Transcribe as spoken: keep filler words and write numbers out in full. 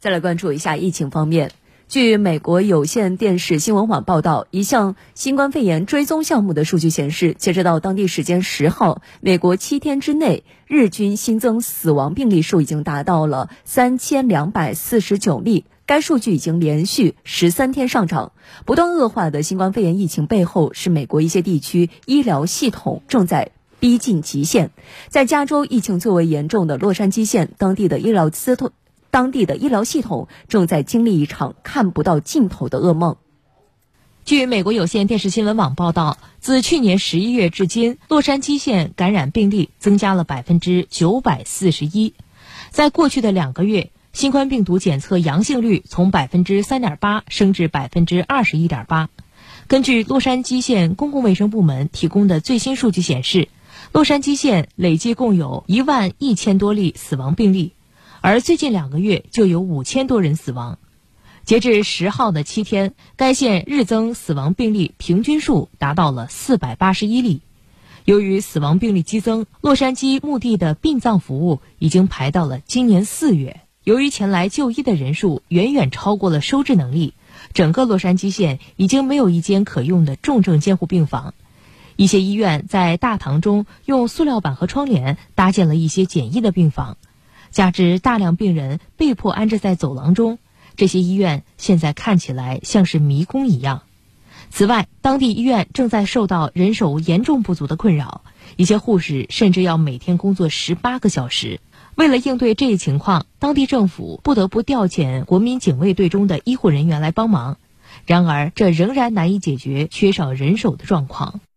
再来关注一下疫情方面。据美国有线电视新闻网报道，一项新冠肺炎追踪项目的数据显示，截止到当地时间十号，美国七天之内日均新增死亡病例数已经达到了三千两百四十九例。该数据已经连续十三天上涨。不断恶化的新冠肺炎疫情背后，是美国一些地区医疗系统正在逼近极限。在加州疫情最为严重的洛杉矶县，当地的医疗资通当地的医疗系统正在经历一场看不到尽头的噩梦。 据美国有线电视新闻网报道，自去年十一月至今，洛杉矶县感染病例增加了百分之九百四十一。在过去的两个月，新冠病毒检测阳性率从百分之三点八升至百分之二十一点八。根据洛杉矶县公共卫生部门提供的最新数据显示，洛杉矶县累计共有一万一千多例死亡病例。而最近两个月就有五千多人死亡。截至十号的七天，该县日增死亡病例平均数达到了四百八十一例。由于死亡病例激增，洛杉矶墓地的殡葬服务已经排到了今年四月。由于前来就医的人数远远超过了收治能力，整个洛杉矶县已经没有一间可用的重症监护病房。一些医院在大堂中用塑料板和窗帘搭建了一些简易的病房。加之大量病人被迫安置在走廊中，这些医院现在看起来像是迷宫一样。此外，当地医院正在受到人手严重不足的困扰，一些护士甚至要每天工作十八个小时。为了应对这一情况，当地政府不得不调遣国民警卫队中的医护人员来帮忙。然而，这仍然难以解决缺少人手的状况。